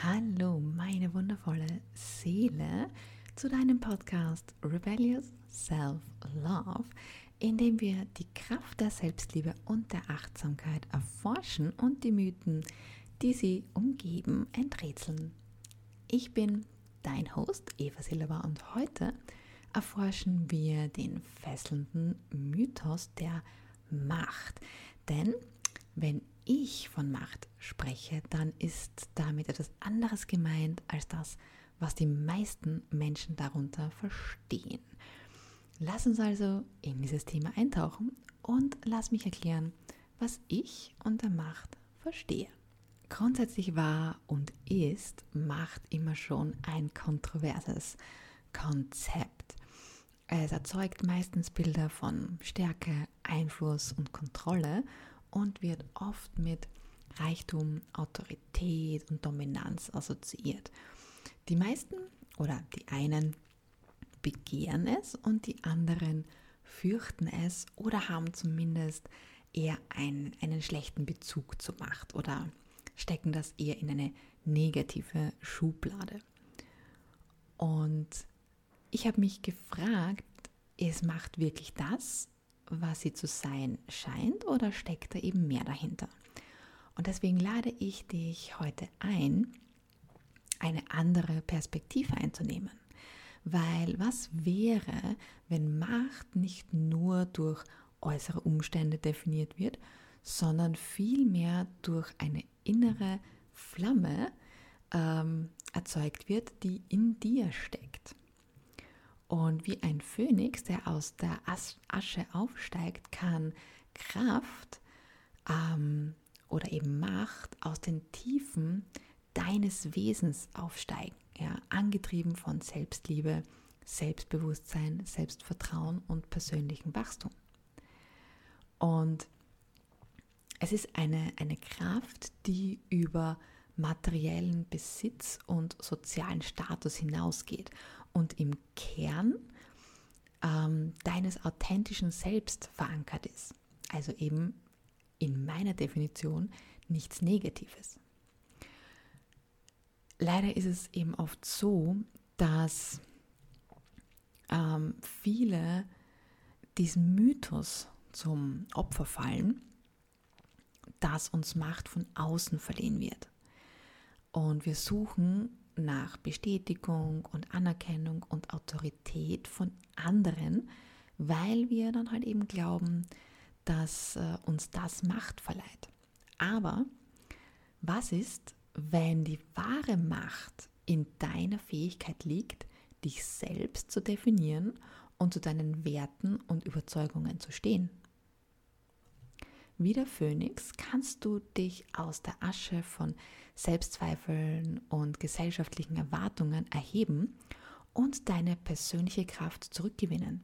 Hallo, meine wundervolle Seele, zu deinem Podcast Rebellious Self-Love, in dem wir die Kraft der Selbstliebe und der Achtsamkeit erforschen und die Mythen, die sie umgeben, enträtseln. Ich bin dein Host Eva Silber und heute erforschen wir den fesselnden Mythos der Macht. Denn wenn ich von Macht spreche, dann ist damit etwas anderes gemeint als das, was die meisten Menschen darunter verstehen. Lass uns also in dieses Thema eintauchen und lass mich erklären, was ich unter Macht verstehe. Grundsätzlich war und ist Macht immer schon ein kontroverses Konzept. Es erzeugt meistens Bilder von Stärke, Einfluss und Kontrolle und wird oft mit Reichtum, Autorität und Dominanz assoziiert. Die meisten oder die einen begehren es und die anderen fürchten es oder haben zumindest eher einen schlechten Bezug zur Macht oder stecken das eher in eine negative Schublade. Und ich habe mich gefragt, ist Macht wirklich das, was sie zu sein scheint, oder steckt da eben mehr dahinter? Und deswegen lade ich dich heute ein, eine andere Perspektive einzunehmen. Weil was wäre, wenn Macht nicht nur durch äußere Umstände definiert wird, sondern vielmehr durch eine innere Flamme erzeugt wird, die in dir steckt. Und wie ein Phönix, der aus der Asche aufsteigt, kann Kraft oder eben Macht aus den Tiefen deines Wesens aufsteigen, ja, angetrieben von Selbstliebe, Selbstbewusstsein, Selbstvertrauen und persönlichem Wachstum. Und es ist eine Kraft, die über materiellen Besitz und sozialen Status hinausgeht und im Kern deines authentischen Selbst verankert ist. Also eben in meiner Definition nichts Negatives. Leider ist es eben oft so, dass viele diesem Mythos zum Opfer fallen, dass uns Macht von außen verliehen wird. Und wir suchen nach Bestätigung und Anerkennung und Autorität von anderen, weil wir dann halt eben glauben, dass uns das Macht verleiht. Aber was ist, wenn die wahre Macht in deiner Fähigkeit liegt, dich selbst zu definieren und zu deinen Werten und Überzeugungen zu stehen? Wie der Phönix kannst du dich aus der Asche von Selbstzweifeln und gesellschaftlichen Erwartungen erheben und deine persönliche Kraft zurückgewinnen.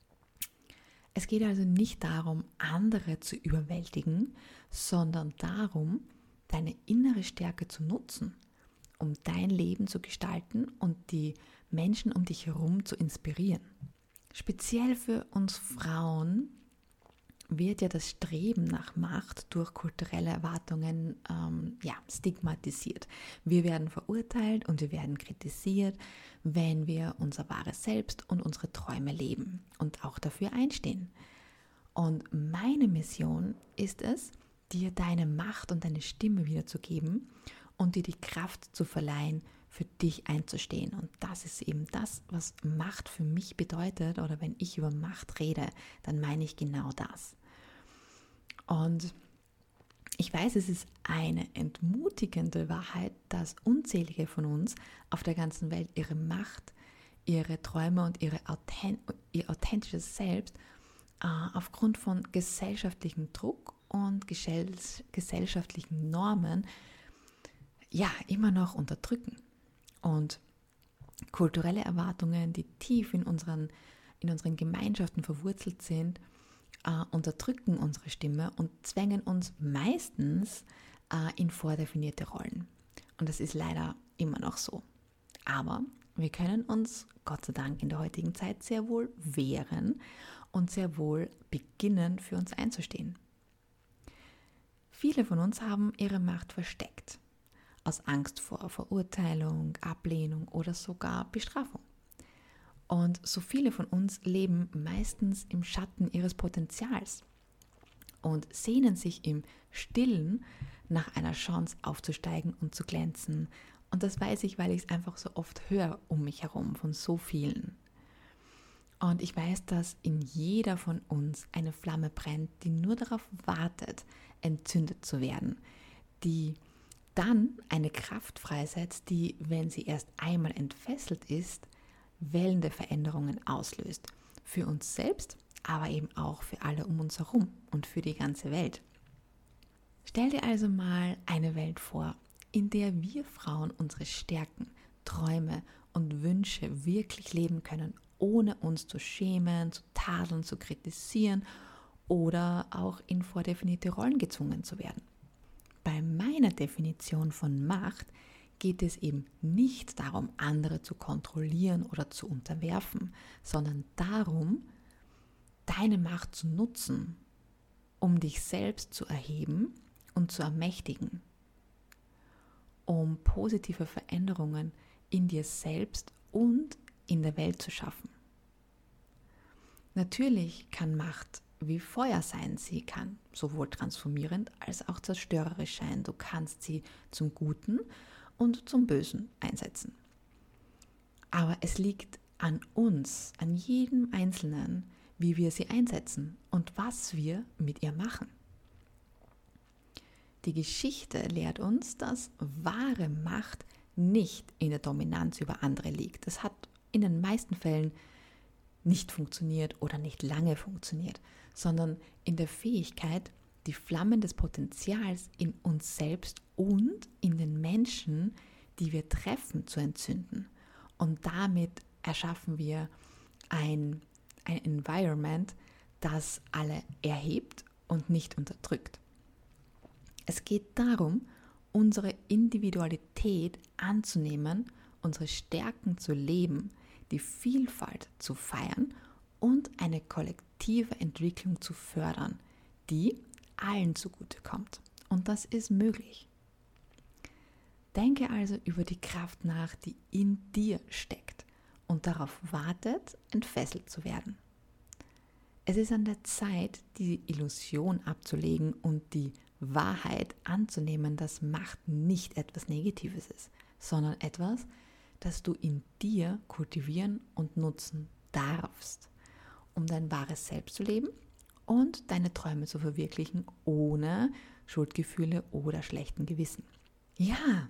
Es geht also nicht darum, andere zu überwältigen, sondern darum, deine innere Stärke zu nutzen, um dein Leben zu gestalten und die Menschen um dich herum zu inspirieren. Speziell für uns Frauen wird ja das Streben nach Macht durch kulturelle Erwartungen stigmatisiert. Wir werden verurteilt und wir werden kritisiert, wenn wir unser wahres Selbst und unsere Träume leben und auch dafür einstehen. Und meine Mission ist es, dir deine Macht und deine Stimme wiederzugeben und dir die Kraft zu verleihen, für dich einzustehen. Und das ist eben das, was Macht für mich bedeutet. Oder wenn ich über Macht rede, dann meine ich genau das. Und ich weiß, es ist eine entmutigende Wahrheit, dass unzählige von uns auf der ganzen Welt ihre Macht, ihre Träume und ihr authentisches Selbst aufgrund von gesellschaftlichem Druck und gesellschaftlichen Normen immer noch unterdrücken. Und kulturelle Erwartungen, die tief in unseren Gemeinschaften verwurzelt sind, unterdrücken unsere Stimme und zwängen uns meistens in vordefinierte Rollen. Und das ist leider immer noch so. Aber wir können uns, Gott sei Dank, in der heutigen Zeit sehr wohl wehren und sehr wohl beginnen, für uns einzustehen. Viele von uns haben ihre Macht versteckt. aus Angst vor Verurteilung, Ablehnung oder sogar Bestrafung. Und so viele von uns leben meistens im Schatten ihres Potenzials und sehnen sich im Stillen nach einer Chance aufzusteigen und zu glänzen. Und das weiß ich, weil ich es einfach so oft höre um mich herum von so vielen. Und ich weiß, dass in jeder von uns eine Flamme brennt, die nur darauf wartet, entzündet zu werden, die dann eine Kraft freisetzt, die, wenn sie erst einmal entfesselt ist, Wellen der Veränderungen auslöst. Für uns selbst, aber eben auch für alle um uns herum und für die ganze Welt. Stell dir also mal eine Welt vor, in der wir Frauen unsere Stärken, Träume und Wünsche wirklich leben können, ohne uns zu schämen, zu tadeln, zu kritisieren oder auch in vordefinierte Rollen gezwungen zu werden. Bei meiner Definition von Macht geht es eben nicht darum, andere zu kontrollieren oder zu unterwerfen, sondern darum, deine Macht zu nutzen, um dich selbst zu erheben und zu ermächtigen, um positive Veränderungen in dir selbst und in der Welt zu schaffen. Natürlich kann Macht wie Feuer sein. Sie kann sowohl transformierend als auch zerstörerisch sein. Du kannst sie zum Guten und zum Bösen einsetzen. Aber es liegt an uns, an jedem Einzelnen, wie wir sie einsetzen und was wir mit ihr machen. Die Geschichte lehrt uns, dass wahre Macht nicht in der Dominanz über andere liegt. Das hat in den meisten Fällen nicht funktioniert oder nicht lange funktioniert, sondern in der Fähigkeit, die Flammen des Potenzials in uns selbst und in den Menschen, die wir treffen, zu entzünden. Und damit erschaffen wir ein Environment, das alle erhebt und nicht unterdrückt. Es geht darum, unsere Individualität anzunehmen, unsere Stärken zu leben, die Vielfalt zu feiern und eine kollektive Entwicklung zu fördern, die allen zugutekommt. Und das ist möglich. Denke also über die Kraft nach, die in dir steckt und darauf wartet, entfesselt zu werden. Es ist an der Zeit, die Illusion abzulegen und die Wahrheit anzunehmen, dass Macht nicht etwas Negatives ist, sondern etwas, das du in dir kultivieren und nutzen darfst, um dein wahres Selbst zu leben und deine Träume zu verwirklichen, ohne Schuldgefühle oder schlechten Gewissen. Ja,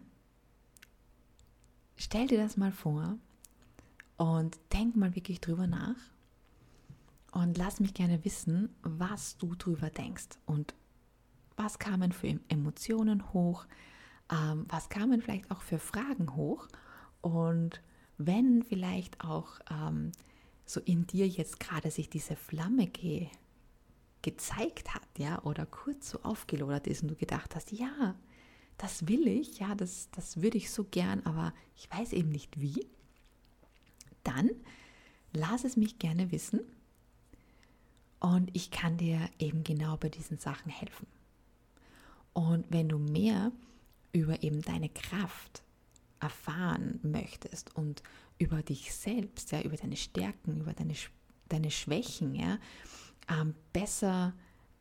stell dir das mal vor und denk mal wirklich drüber nach und lass mich gerne wissen, was du drüber denkst und was kamen für Emotionen hoch, was kamen vielleicht auch für Fragen hoch. Und wenn vielleicht auch so in dir jetzt gerade sich diese Flamme gezeigt hat, ja, oder kurz so aufgelodert ist und du gedacht hast, ja, das will ich, ja, das würde ich so gern, aber ich weiß eben nicht wie, dann lass es mich gerne wissen und ich kann dir eben genau bei diesen Sachen helfen. Und wenn du mehr über eben deine Kraft erfahren möchtest und über dich selbst, ja, über deine Stärken, über deine Schwächen, ja, besser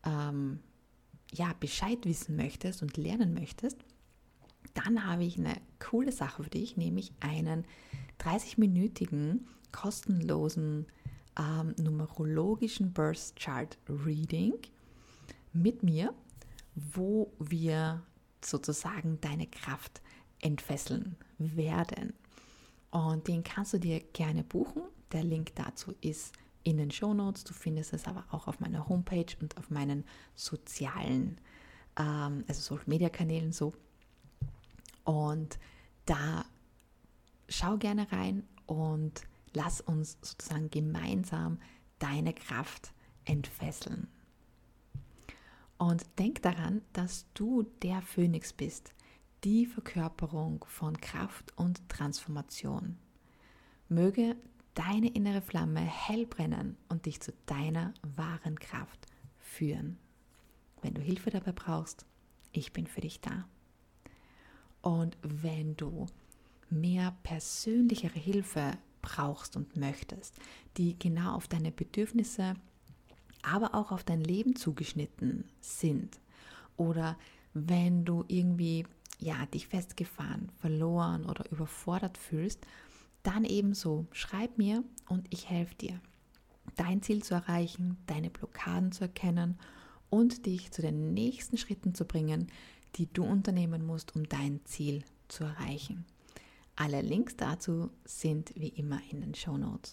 Bescheid wissen möchtest und lernen möchtest, dann habe ich eine coole Sache für dich, nämlich einen 30-minütigen kostenlosen numerologischen Birth Chart Reading mit mir, wo wir sozusagen deine Kraft entfesseln werden. Und den kannst du dir gerne buchen. Der Link dazu ist in den Shownotes. Du findest es aber auch auf meiner Homepage und auf meinen sozialen, Social Media Kanälen so. Und da schau gerne rein und lass uns sozusagen gemeinsam deine Kraft entfesseln. Und denk daran, dass du der Phönix bist, die Verkörperung von Kraft und Transformation. Möge deine innere Flamme hell brennen und dich zu deiner wahren Kraft führen. Wenn du Hilfe dabei brauchst, ich bin für dich da. Und wenn du mehr persönlichere Hilfe brauchst und möchtest, die genau auf deine Bedürfnisse, aber auch auf dein Leben zugeschnitten sind, oder wenn du irgendwie dich festgefahren, verloren oder überfordert fühlst, dann ebenso schreib mir und ich helfe dir, dein Ziel zu erreichen, deine Blockaden zu erkennen und dich zu den nächsten Schritten zu bringen, die du unternehmen musst, um dein Ziel zu erreichen. Alle Links dazu sind wie immer in den Shownotes.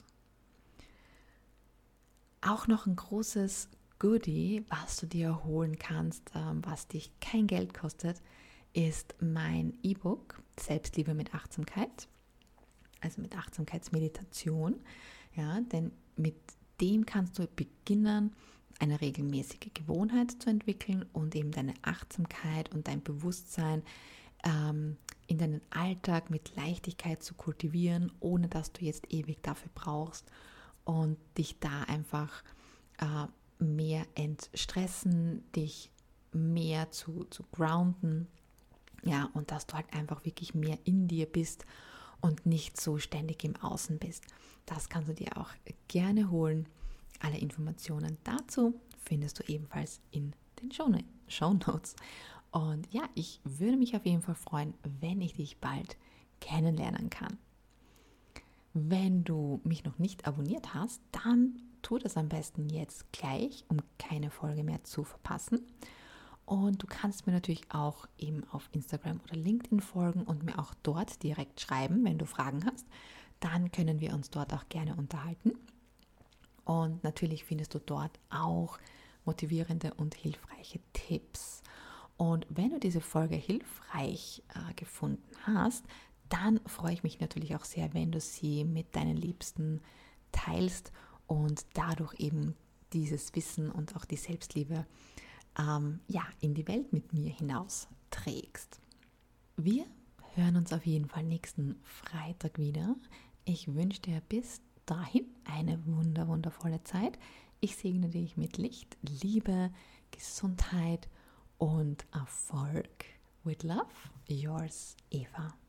Auch noch ein großes Goodie, was du dir holen kannst, was dich kein Geld kostet, ist mein E-Book Selbstliebe mit Achtsamkeit, also mit Achtsamkeitsmeditation. Ja, denn mit dem kannst du beginnen, eine regelmäßige Gewohnheit zu entwickeln und eben deine Achtsamkeit und dein Bewusstsein in deinen Alltag mit Leichtigkeit zu kultivieren, ohne dass du jetzt ewig dafür brauchst und dich da einfach mehr entstressen, dich mehr zu grounden, ja, und dass du halt einfach wirklich mehr in dir bist und nicht so ständig im Außen bist. Das kannst du dir auch gerne holen. Alle Informationen dazu findest du ebenfalls in den Shownotes. Und ja, ich würde mich auf jeden Fall freuen, wenn ich dich bald kennenlernen kann. Wenn du mich noch nicht abonniert hast, dann tu das am besten jetzt gleich, um keine Folge mehr zu verpassen. Und du kannst mir natürlich auch eben auf Instagram oder LinkedIn folgen und mir auch dort direkt schreiben, wenn du Fragen hast. Dann können wir uns dort auch gerne unterhalten. Und natürlich findest du dort auch motivierende und hilfreiche Tipps. Und wenn du diese Folge hilfreich gefunden hast, dann freue ich mich natürlich auch sehr, wenn du sie mit deinen Liebsten teilst und dadurch eben dieses Wissen und auch die Selbstliebe in die Welt mit mir hinaus trägst. Wir hören uns auf jeden Fall nächsten Freitag wieder. Ich wünsche dir bis dahin eine wundervolle Zeit. Ich segne dich mit Licht, Liebe, Gesundheit und Erfolg. With love, yours, Eva.